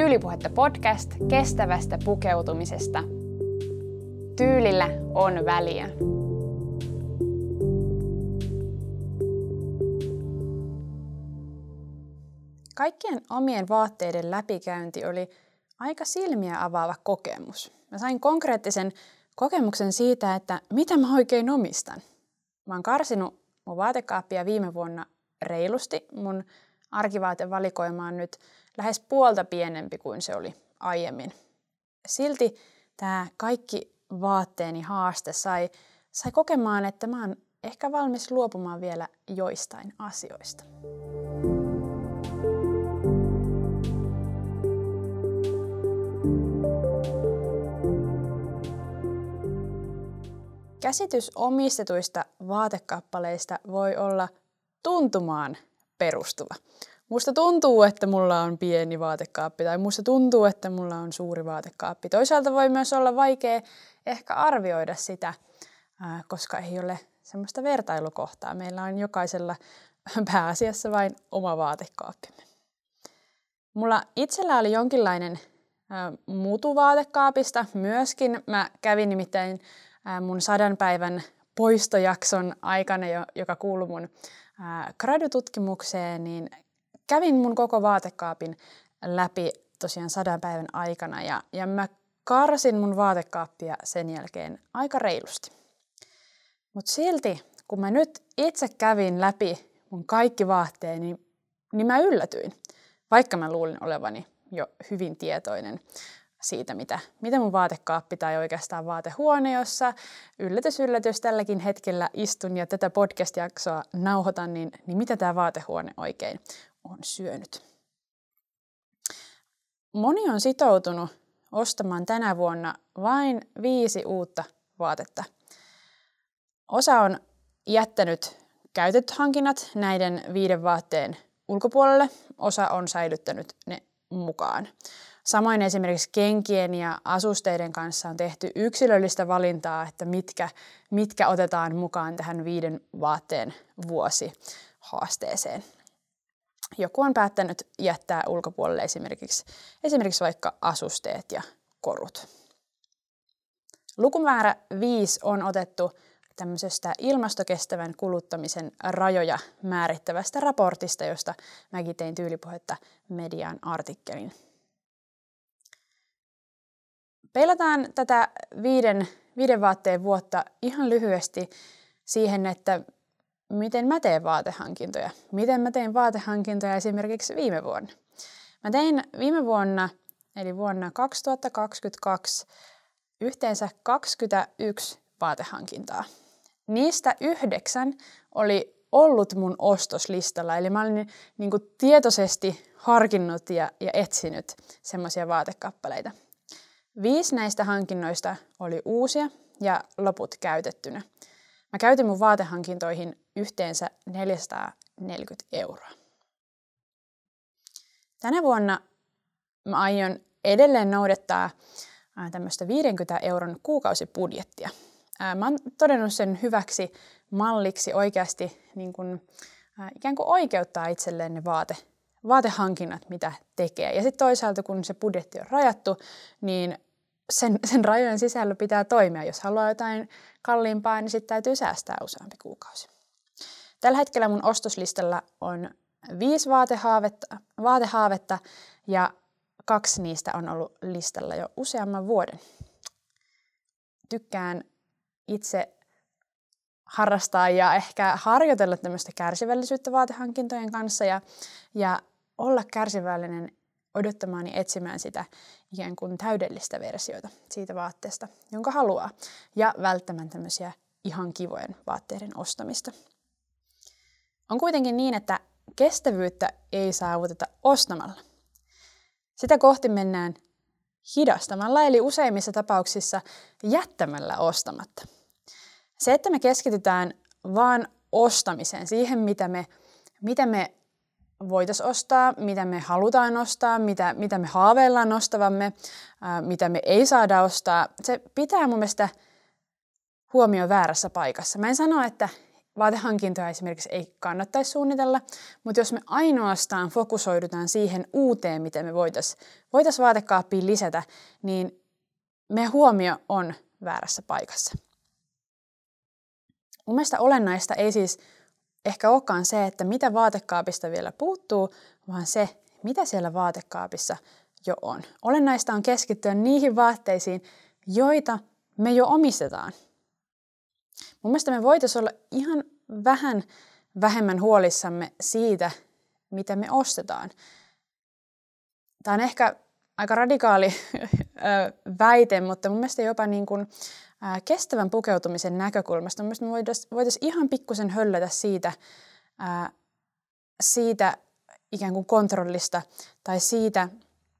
Tyylipuhetta podcast kestävästä pukeutumisesta. Tyylillä on väliä. Kaikkien omien vaatteiden läpikäynti oli aika silmiä avaava kokemus. Mä sain konkreettisen kokemuksen siitä, että mitä mä oikein omistan. Mä oon karsinut mun vaatekaappia viime vuonna reilusti. Mun arkivaatevalikoima on nyt lähes puolta pienempi kuin se oli aiemmin. Silti tää kaikki vaatteeni haaste sai kokemaan, että mä oon ehkä valmis luopumaan vielä joistain asioista. Käsitys omistetuista vaatekappaleista voi olla tuntumaan perustuva. Musta tuntuu, että mulla on pieni vaatekaappi tai musta tuntuu, että mulla on suuri vaatekaappi. Toisaalta voi myös olla vaikea ehkä arvioida sitä, koska ei ole semmoista vertailukohtaa. Meillä on jokaisella pääasiassa vain oma vaatekaappimme. Mulla itsellä oli jonkinlainen mutu vaatekaapista myöskin. Mä kävin nimittäin mun 100 päivän poistojakson aikana, joka kuului mun gradututkimukseen, niin kävin mun koko vaatekaapin läpi tosiaan 100 päivän aikana ja mä karsin mun vaatekaappia sen jälkeen aika reilusti. Mutta silti, kun mä nyt itse kävin läpi mun kaikki vaatteeni, niin mä yllätyin, vaikka mä luulin olevani jo hyvin tietoinen siitä, mitä mun vaatekaappi tai oikeastaan vaatehuone, jossa yllätys tälläkin hetkellä istun ja tätä podcast-jaksoa nauhoitan, niin mitä tämä vaatehuone oikein on syönyt. Moni on sitoutunut ostamaan tänä vuonna vain 5 uutta vaatetta. Osa on jättänyt käytetyt hankinnat näiden 5 vaatteen ulkopuolelle, osa on säilyttänyt ne mukaan. Samoin esimerkiksi kenkien ja asusteiden kanssa on tehty yksilöllistä valintaa, että mitkä otetaan mukaan tähän 5 vaatteen vuosihaasteeseen. Joku on päättänyt jättää ulkopuolelle esimerkiksi vaikka asusteet ja korut. Lukumäärä 5 on otettu tämmöisestä ilmastokestävän kuluttamisen rajoja määrittävästä raportista, josta mäkin tein Tyylipuhetta mediaan artikkelin. Peilataan tätä 5 vaatteen vuotta ihan lyhyesti siihen, että miten mä teen vaatehankintoja. Miten mä tein vaatehankintoja esimerkiksi viime vuonna. Mä tein viime vuonna, eli vuonna 2022, yhteensä 21 vaatehankintaa. Niistä 9 oli ollut mun ostoslistalla, eli mä olin niin kuin tietoisesti harkinnut ja etsinyt semmoisia vaatekappaleita. 5 näistä hankinnoista oli uusia ja loput käytettynä. Mä käytin mun vaatehankintoihin yhteensä 440 €. Tänä vuonna mä aion edelleen noudattaa tämmöistä 50 € kuukausibudjettia. Mä oon todennut sen hyväksi malliksi oikeasti niin kun, ikään kuin oikeuttaa itselleen ne vaatehankinnat, mitä tekee. Ja sitten toisaalta, kun se budjetti on rajattu, niin sen rajojen sisällä pitää toimia. Jos haluaa jotain kalliimpaa, niin sitten täytyy säästää useampi kuukausi. Tällä hetkellä mun ostoslistalla on 5 vaatehaavetta ja 2 niistä on ollut listalla jo useamman vuoden. Tykkään itse harrastaa ja ehkä harjoitella tämmöistä kärsivällisyyttä vaatehankintojen kanssa ja olla kärsivällinen odottamaan ja etsimään sitä ikään kuin täydellistä versiota siitä vaatteesta, jonka haluaa, ja välttämään tämmöisiä ihan kivojen vaatteiden ostamista. On kuitenkin niin, että kestävyyttä ei saavuteta ostamalla. Sitä kohti mennään hidastamalla, eli useimmissa tapauksissa jättämällä ostamatta. Se, että me keskitytään vaan ostamiseen, siihen mitä me voitaisiin ostaa, mitä me halutaan ostaa, mitä me haaveillaan ostavamme, mitä me ei saada ostaa, se pitää mun mielestä huomioon väärässä paikassa. Mä en sano, että vaatehankintoja esimerkiksi ei kannattaisi suunnitella, mutta jos me ainoastaan fokusoidutaan siihen uuteen, mitä me voitaisiin vaatekaappiin lisätä, niin meidän huomio on väärässä paikassa. Mun mielestä olennaista ei siis ehkä olekaan se, että mitä vaatekaapista vielä puuttuu, vaan se, mitä siellä vaatekaapissa jo on. Olennaista on keskittyä niihin vaatteisiin, joita me jo omistetaan. Mun mielestä me voitaisiin olla ihan vähän vähemmän huolissamme siitä, mitä me ostetaan. Tämä on ehkä aika radikaali väite, mutta mun mielestä jopa niin kuin, kestävän pukeutumisen näkökulmasta mun mielestä me voitaisiin ihan pikkusen höllätä siitä ikään kuin kontrollista tai siitä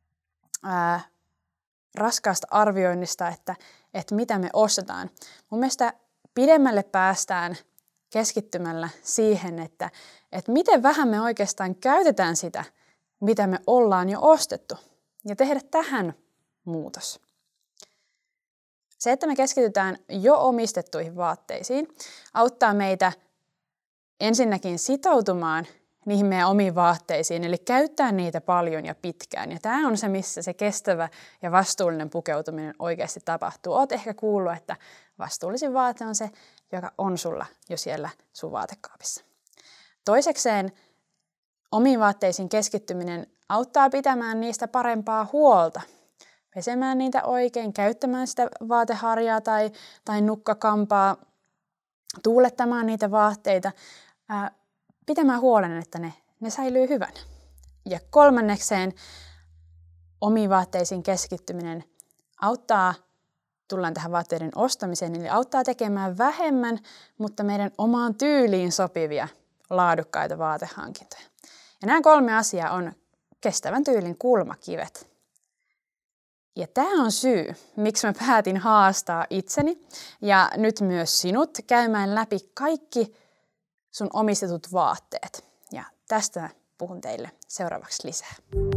raskaasta arvioinnista, että mitä me ostetaan. Mun mielestä pidemmälle päästään keskittymällä siihen, että miten vähän me oikeastaan käytetään sitä, mitä me ollaan jo ostettu, ja tehdä tähän muutos. Se, että me keskitytään jo omistettuihin vaatteisiin, auttaa meitä ensinnäkin sitoutumaan niihin meidän omiin vaatteisiin, eli käyttää niitä paljon ja pitkään. Ja tämä on se, missä se kestävä ja vastuullinen pukeutuminen oikeasti tapahtuu. Olet ehkä kuullut, että vastuullisin vaate on se, joka on sulla jo siellä sun vaatekaapissa. Toisekseen omiin vaatteisiin keskittyminen auttaa pitämään niistä parempaa huolta. Pesemään niitä oikein, käyttämään sitä vaateharjaa tai nukkakampaa, tuulettamaan niitä vaatteita, pitämään huolen, että ne säilyy hyvänä. Ja kolmannekseen omiin vaatteisiin keskittyminen auttaa, tullaan tähän vaatteiden ostamiseen, eli auttaa tekemään vähemmän, mutta meidän omaan tyyliin sopivia laadukkaita vaatehankintoja. Ja nämä 3 asiaa on kestävän tyylin kulmakivet. Ja tämä on syy, miksi mä päätin haastaa itseni ja nyt myös sinut käymään läpi kaikki sun omistetut vaatteet. Ja tästä puhun teille seuraavaksi lisää.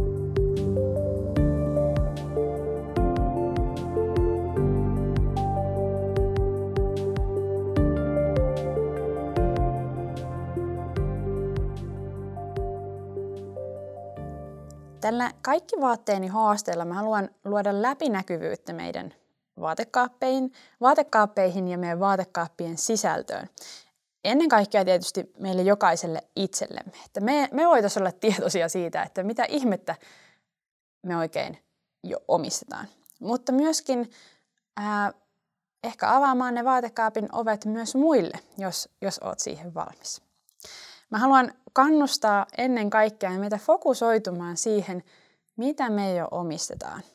Tällä kaikki vaatteeni haasteella mä haluan luoda läpinäkyvyyttä meidän vaatekaappeihin ja meidän vaatekaappien sisältöön. Ennen kaikkea tietysti meille jokaiselle itsellemme. Että me voitaisiin olla tietoisia siitä, että mitä ihmettä me oikein jo omistetaan. Mutta myöskin ehkä avaamaan ne vaatekaapin ovet myös muille, jos oot siihen valmis. Mä haluan kannustaa ennen kaikkea meitä fokusoitumaan siihen, mitä me jo omistetaan.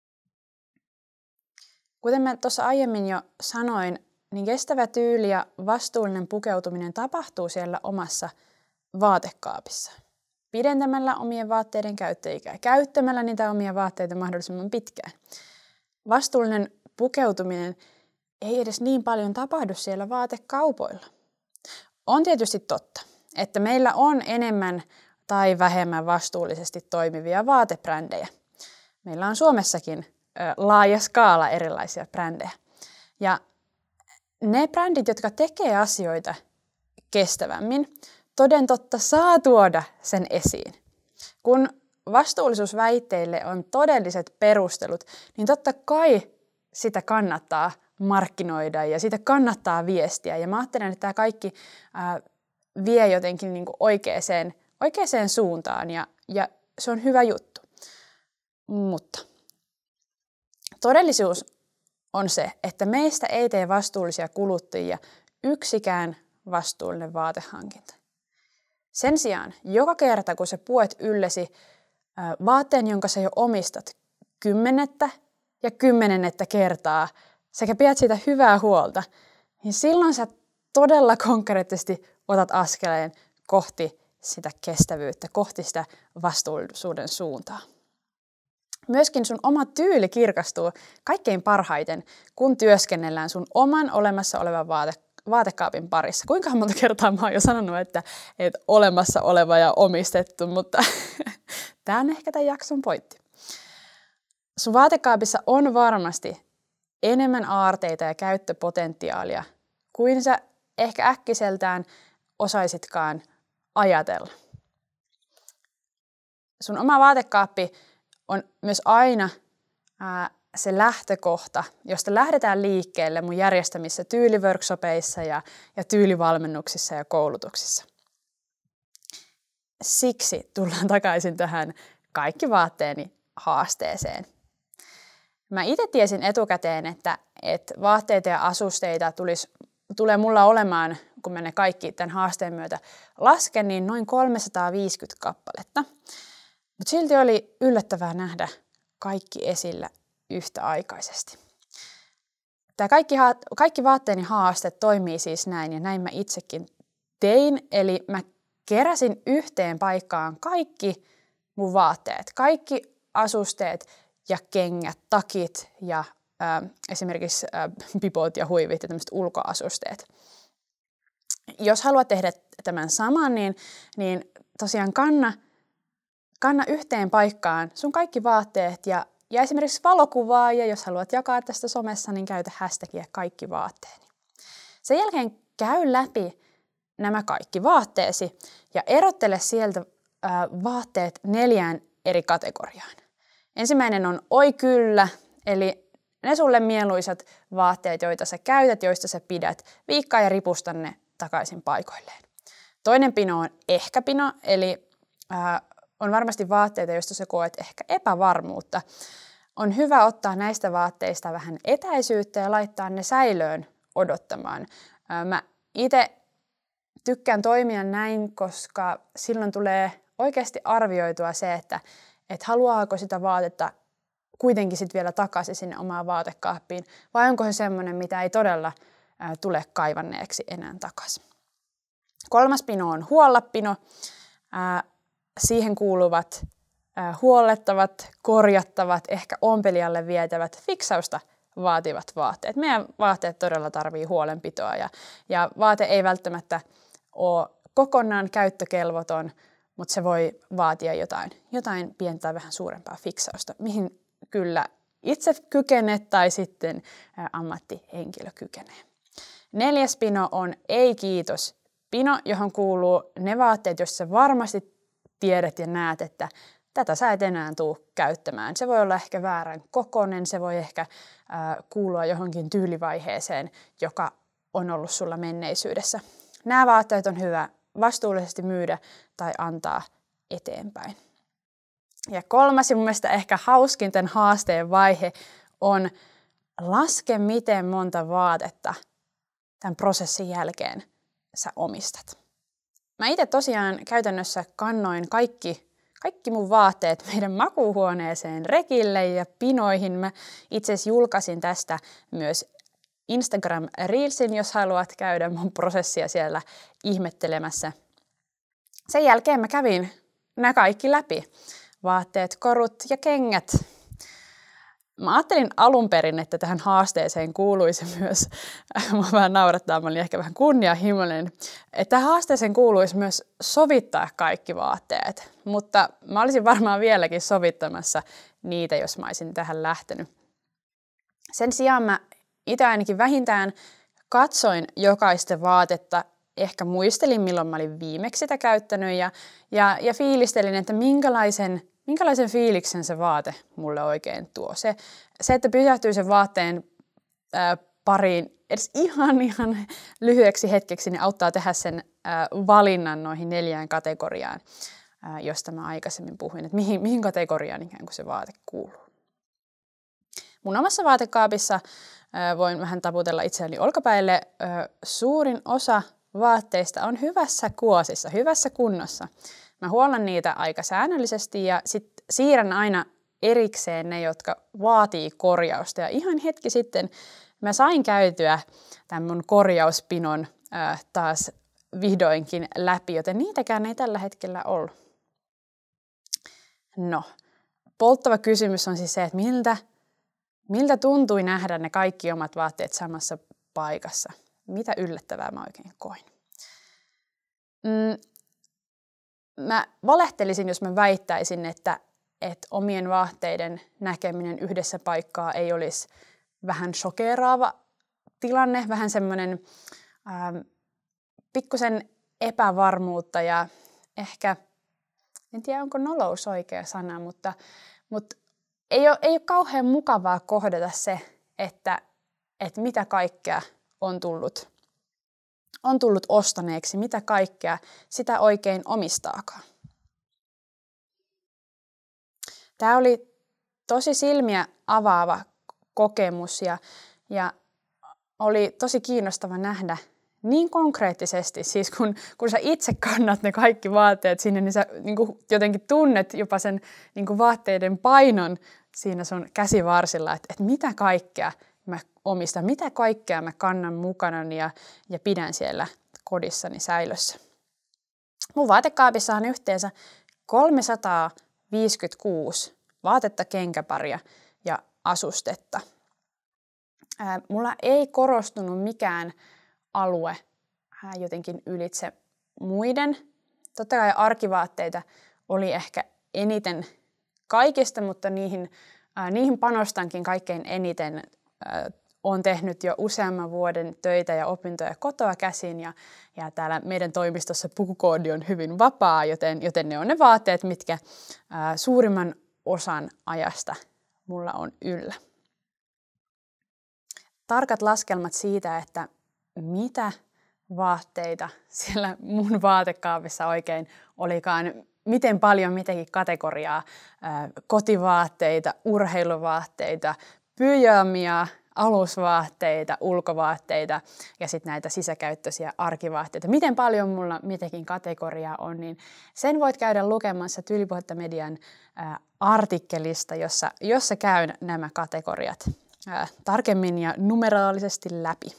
Kuten mä tuossa aiemmin jo sanoin, niin kestävä tyyli ja vastuullinen pukeutuminen tapahtuu siellä omassa vaatekaapissa. Pidentämällä omien vaatteiden käyttöikää, käyttämällä niitä omia vaatteita mahdollisimman pitkään. Vastuullinen pukeutuminen ei edes niin paljon tapahdu siellä vaatekaupoilla. On tietysti totta, että meillä on enemmän tai vähemmän vastuullisesti toimivia vaatebrändejä. Meillä on Suomessakin laaja skaala erilaisia brändejä. Ja ne brändit, jotka tekee asioita kestävämmin, toden totta saa tuoda sen esiin. Kun vastuullisuusväitteille on todelliset perustelut, niin totta kai sitä kannattaa markkinoida ja sitä kannattaa viestiä. Ja mä ajattelen, että tämä kaikki vie jotenkin niin kuin oikeaan suuntaan ja se on hyvä juttu. Mutta todellisuus on se, että meistä ei tee vastuullisia kuluttajia yksikään vastuullinen vaatehankinta. Sen sijaan, joka kerta kun sä puet yllesi vaatteen, jonka sä jo omistat 10. ja 10. kertaa, sekä pidät siitä hyvää huolta, niin silloin sä todella konkreettisesti otat askeleen kohti sitä kestävyyttä, kohti sitä vastuullisuuden suuntaa. Myöskin sun oma tyyli kirkastuu kaikkein parhaiten, kun työskennellään sun oman olemassa olevan vaatekaapin parissa. Kuinka monta kertaa mä oon jo sanonut, että olemassa oleva ja omistettu, mutta tämä on ehkä tämän jakson pointti. Sun vaatekaapissa on varmasti enemmän aarteita ja käyttöpotentiaalia kuin sä ehkä äkkiseltään osaisitkaan ajatella. Sun oma vaatekaappi on myös aina se lähtökohta, josta lähdetään liikkeelle mun järjestämissä tyyliworkshopeissa ja tyylivalmennuksissa ja koulutuksissa. Siksi tullaan takaisin tähän kaikki vaatteeni haasteeseen. Mä itse tiesin etukäteen, että vaatteita ja asusteita tulee mulla olemaan, kun mä ne kaikki tämän haasteen myötä lasken, niin noin 350 kappaletta. Mutta silti oli yllättävää nähdä kaikki esillä yhtäaikaisesti. Tämä kaikki vaatteeni haaste toimii siis näin, ja näin mä itsekin tein. Eli mä keräsin yhteen paikkaan kaikki mun vaatteet, kaikki asusteet ja kengät, takit ja esimerkiksi pipot ja huivit ja tämmöiset ulkoasusteet. Jos haluat tehdä tämän saman, niin tosiaan kanna yhteen paikkaan sun kaikki vaatteet ja esimerkiksi valokuvaa, ja jos haluat jakaa tästä somessa, niin käytä hashtagia kaikki vaatteeni. Sen jälkeen käy läpi nämä kaikki vaatteesi ja erottele sieltä vaatteet 4 eri kategoriaan. Ensimmäinen on oi kyllä, eli ne sulle mieluisat vaatteet, joita sä käytät, joista sä pidät, viikkaa ja ripusta ne takaisin paikoilleen. Toinen pino on ehkä pino, eli on varmasti vaatteita, joista sä koet ehkä epävarmuutta. On hyvä ottaa näistä vaatteista vähän etäisyyttä ja laittaa ne säilöön odottamaan. Mä itse tykkään toimia näin, koska silloin tulee oikeasti arvioitua se, että haluaako sitä vaatetta kuitenkin sit vielä takaisin sinne omaan vaatekaappiin, vai onko se semmoinen, mitä ei todella tule kaivanneeksi enää takaisin. 3. pino on huollapino. Siihen kuuluvat huollettavat, korjattavat, ehkä ompelijalle vietävät, fiksausta vaativat vaatteet. Meidän vaatteet todella tarvii huolenpitoa ja vaate ei välttämättä ole kokonaan käyttökelvoton, mutta se voi vaatia jotain pientä tai vähän suurempaa fiksausta, mihin kyllä itse kykenet tai sitten ammattihenkilö kykenee. 4. pino on ei kiitos pino, johon kuuluu ne vaatteet, joissa sä varmasti tiedät ja näet, että tätä sä et enää tule käyttämään. Se voi olla ehkä väärän kokoinen, se voi ehkä kuulua johonkin tyylivaiheeseen, joka on ollut sulla menneisyydessä. Nämä vaatteet on hyvä vastuullisesti myydä tai antaa eteenpäin. Ja 3. ja mun mielestä ehkä hauskin tämän haasteen vaihe on laske, miten monta vaatetta tämän prosessin jälkeen sä omistat. Mä itse tosiaan käytännössä kannoin kaikki mun vaatteet meidän makuuhuoneeseen rekille ja pinoihin. Mä itse asiassa julkaisin tästä myös Instagram Reelsin, jos haluat käydä mun prosessia siellä ihmettelemässä. Sen jälkeen mä kävin nämä kaikki läpi. Vaatteet, korut ja kengät. Mä ajattelin alun perin, että tähän haasteeseen kuuluisi myös, mä vähän naurattaa, mä olin ehkä vähän kunnianhimoinen, että tähän haasteeseen kuuluisi myös sovittaa kaikki vaatteet, mutta mä olisin varmaan vieläkin sovittamassa niitä, jos mä olisin tähän lähtenyt. Sen sijaan mä itse ainakin vähintään katsoin jokaista vaatetta, ehkä muistelin, milloin mä olin viimeksi sitä käyttänyt ja fiilistelin, että minkälaisen fiiliksen se vaate mulle oikein tuo. Se että pysähtyy sen vaatteen pariin edes ihan lyhyeksi hetkeksi, niin auttaa tehdä sen valinnan noihin 4 kategoriaan, josta mä aikaisemmin puhuin, että mihin kategoriaan ikään kuin se vaate kuuluu. Mun omassa vaatekaapissa voin vähän taputella itseäni olkapäille. Suurin osa vaatteista on hyvässä kuosissa, hyvässä kunnossa. Mä huollan niitä aika säännöllisesti ja sit siirrän aina erikseen ne, jotka vaatii korjausta. Ja ihan hetki sitten mä sain käytyä tämän mun korjauspinon taas vihdoinkin läpi, joten niitäkään ei tällä hetkellä ollut. No, polttava kysymys on siis se, että miltä tuntui nähdä ne kaikki omat vaatteet samassa paikassa? Mitä yllättävää mä oikein koin? Mä valehtelisin, jos mä väittäisin, että omien vaatteiden näkeminen yhdessä paikkaa ei olisi vähän shokeraava tilanne, vähän semmoinen pikkusen epävarmuutta ja ehkä, en tiedä onko nolous oikea sana, mutta ei ole kauhean mukavaa kohdata se, että mitä kaikkea on tullut ostaneeksi, mitä kaikkea sitä oikein omistaakaan. Tämä oli tosi silmiä avaava kokemus ja oli tosi kiinnostava nähdä niin konkreettisesti, siis kun sä itse kannat ne kaikki vaatteet sinne, niin sä niin kuin jotenkin tunnet jopa sen niin kuin vaatteiden painon siinä sun käsivarsilla, että mitä kaikkea mä omistan, mitä kaikkea mä kannan mukanani ja pidän siellä kodissani säilössä. Mun vaatekaapissa on yhteensä 356 vaatetta, kenkäparia ja asustetta. Mulla ei korostunut mikään alue jotenkin ylitse muiden. Totta kai arkivaatteita oli ehkä eniten kaikista, mutta niihin panostankin kaikkein eniten. Olen tehnyt jo useamman vuoden töitä ja opintoja kotoa käsin ja täällä meidän toimistossa pukukoodi on hyvin vapaa, joten ne on ne vaatteet, mitkä suurimman osan ajasta mulla on yllä. Tarkat laskelmat siitä, että mitä vaatteita siellä mun vaatekaapissa oikein olikaan, miten paljon mitäkin kategoriaa, kotivaatteita, urheiluvaatteita, pyjamia, alusvaatteita, ulkovaatteita ja sitten näitä sisäkäyttöisiä arkivaatteita. Miten paljon mulla mitäkin kategoriaa on, niin sen voit käydä lukemassa Tyylipuhetta Median artikkelista, jossa käyn nämä kategoriat tarkemmin ja numeraalisesti läpi.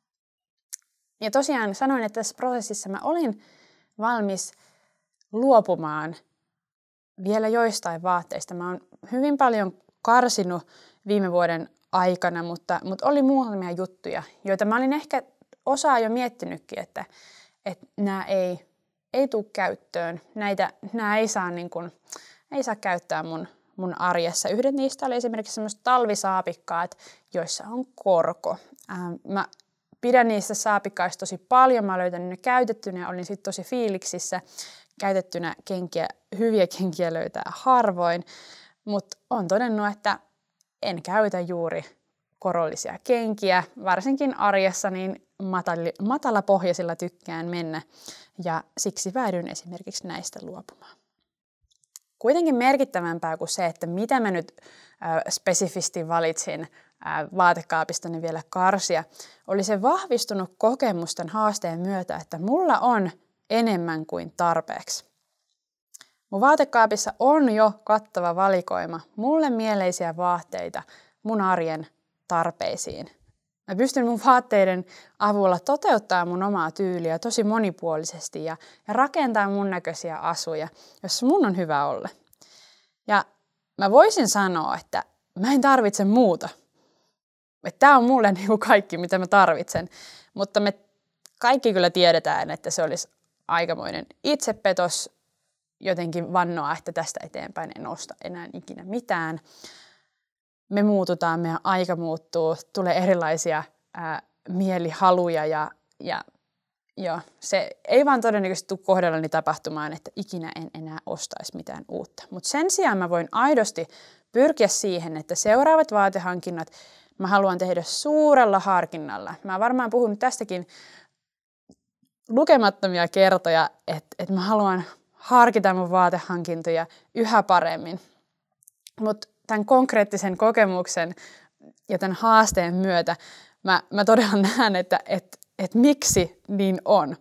Ja tosiaan sanoin, että tässä prosessissa mä olin valmis luopumaan vielä joistain vaatteista. Mä oon hyvin paljon karsinut viime vuoden aikana, mutta oli muutamia juttuja, joita mä olin ehkä osaa jo miettinytkin, että nämä ei tule käyttöön. Nämä ei saa käyttää mun arjessa. Yhdet niistä oli esimerkiksi semmoiset talvisaapikkaat, joissa on korko. Mä pidän niistä saapikkaista tosi paljon. Mä löytänyt ne käytettynä ja olin sitten tosi fiiliksissä. Käytettynä hyviä kenkiä löytää harvoin, mutta olen todennut, että en käytä juuri korollisia kenkiä. Varsinkin arjessa niin matalapohjaisilla tykkään mennä ja siksi päädyin esimerkiksi näistä luopumaan. Kuitenkin merkittävämpää kuin se, että mitä mä nyt spesifisti valitsin vaatekaapistani vielä karsia, oli se vahvistunut kokemus tämän haasteen myötä, että mulla on enemmän kuin tarpeeksi. Mun vaatekaapissa on jo kattava valikoima mulle mieleisiä vaatteita mun arjen tarpeisiin. Mä pystyn mun vaatteiden avulla toteuttaa mun omaa tyyliä tosi monipuolisesti ja rakentaa mun näköisiä asuja, jossa mun on hyvä olla. Ja mä voisin sanoa, että mä en tarvitse muuta. Tää on mulle niin kuin kaikki, mitä mä tarvitsen. Mutta me kaikki kyllä tiedetään, että se olisi aikamoinen itsepetos jotenkin vannoa, että tästä eteenpäin en osta enää ikinä mitään. Me muututaan, meidän aika muuttuu, tulee erilaisia mielihaluja ja se ei vaan todennäköisesti tule kohdallani tapahtumaan, että ikinä en enää ostaisi mitään uutta. Mutta sen sijaan mä voin aidosti pyrkiä siihen, että seuraavat vaatehankinnat mä haluan tehdä suurella harkinnalla. Mä varmaan puhun tästäkin lukemattomia kertoja, että mä haluan harkita mun vaatehankintoja yhä paremmin. Mutta tämän konkreettisen kokemuksen ja tämän haasteen myötä mä todella näen, että miksi niin on.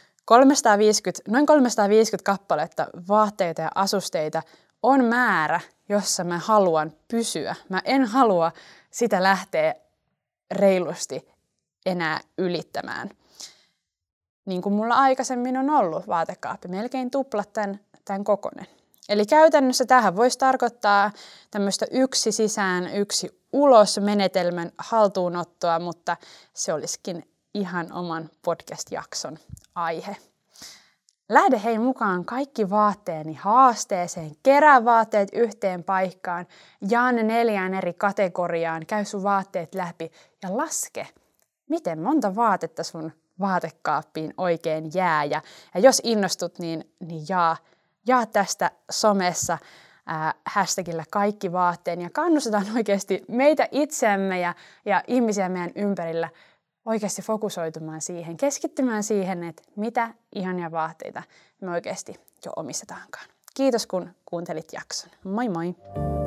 Noin 350 kappaletta vaatteita ja asusteita on määrä, jossa mä haluan pysyä. Mä en halua sitä lähteä reilusti enää ylittämään. Niin kuin mulla aikaisemmin on ollut vaatekaappi, melkein tuplat tämän kokoinen. Eli käytännössä tähän voisi tarkoittaa tämmöistä yksi sisään, yksi ulos menetelmän haltuunottoa, mutta se olisikin ihan oman podcast-jakson aihe. Lähde hei mukaan kaikki vaatteeni haasteeseen, kerää vaatteet yhteen paikkaan, jaa ne 4 eri kategoriaan, käy sun vaatteet läpi ja laske, miten monta vaatetta sun vaatekaappiin oikein jää. Ja jos innostut, niin jaa tästä somessa hashtagillä kaikki vaatteen ja kannustetaan oikeasti meitä itseämme ja ihmisiä meidän ympärillä oikeasti fokusoitumaan siihen, keskittymään siihen, että mitä ihania vaatteita me oikeasti jo omistetaankaan. Kiitos kun kuuntelit jakson. Moi moi!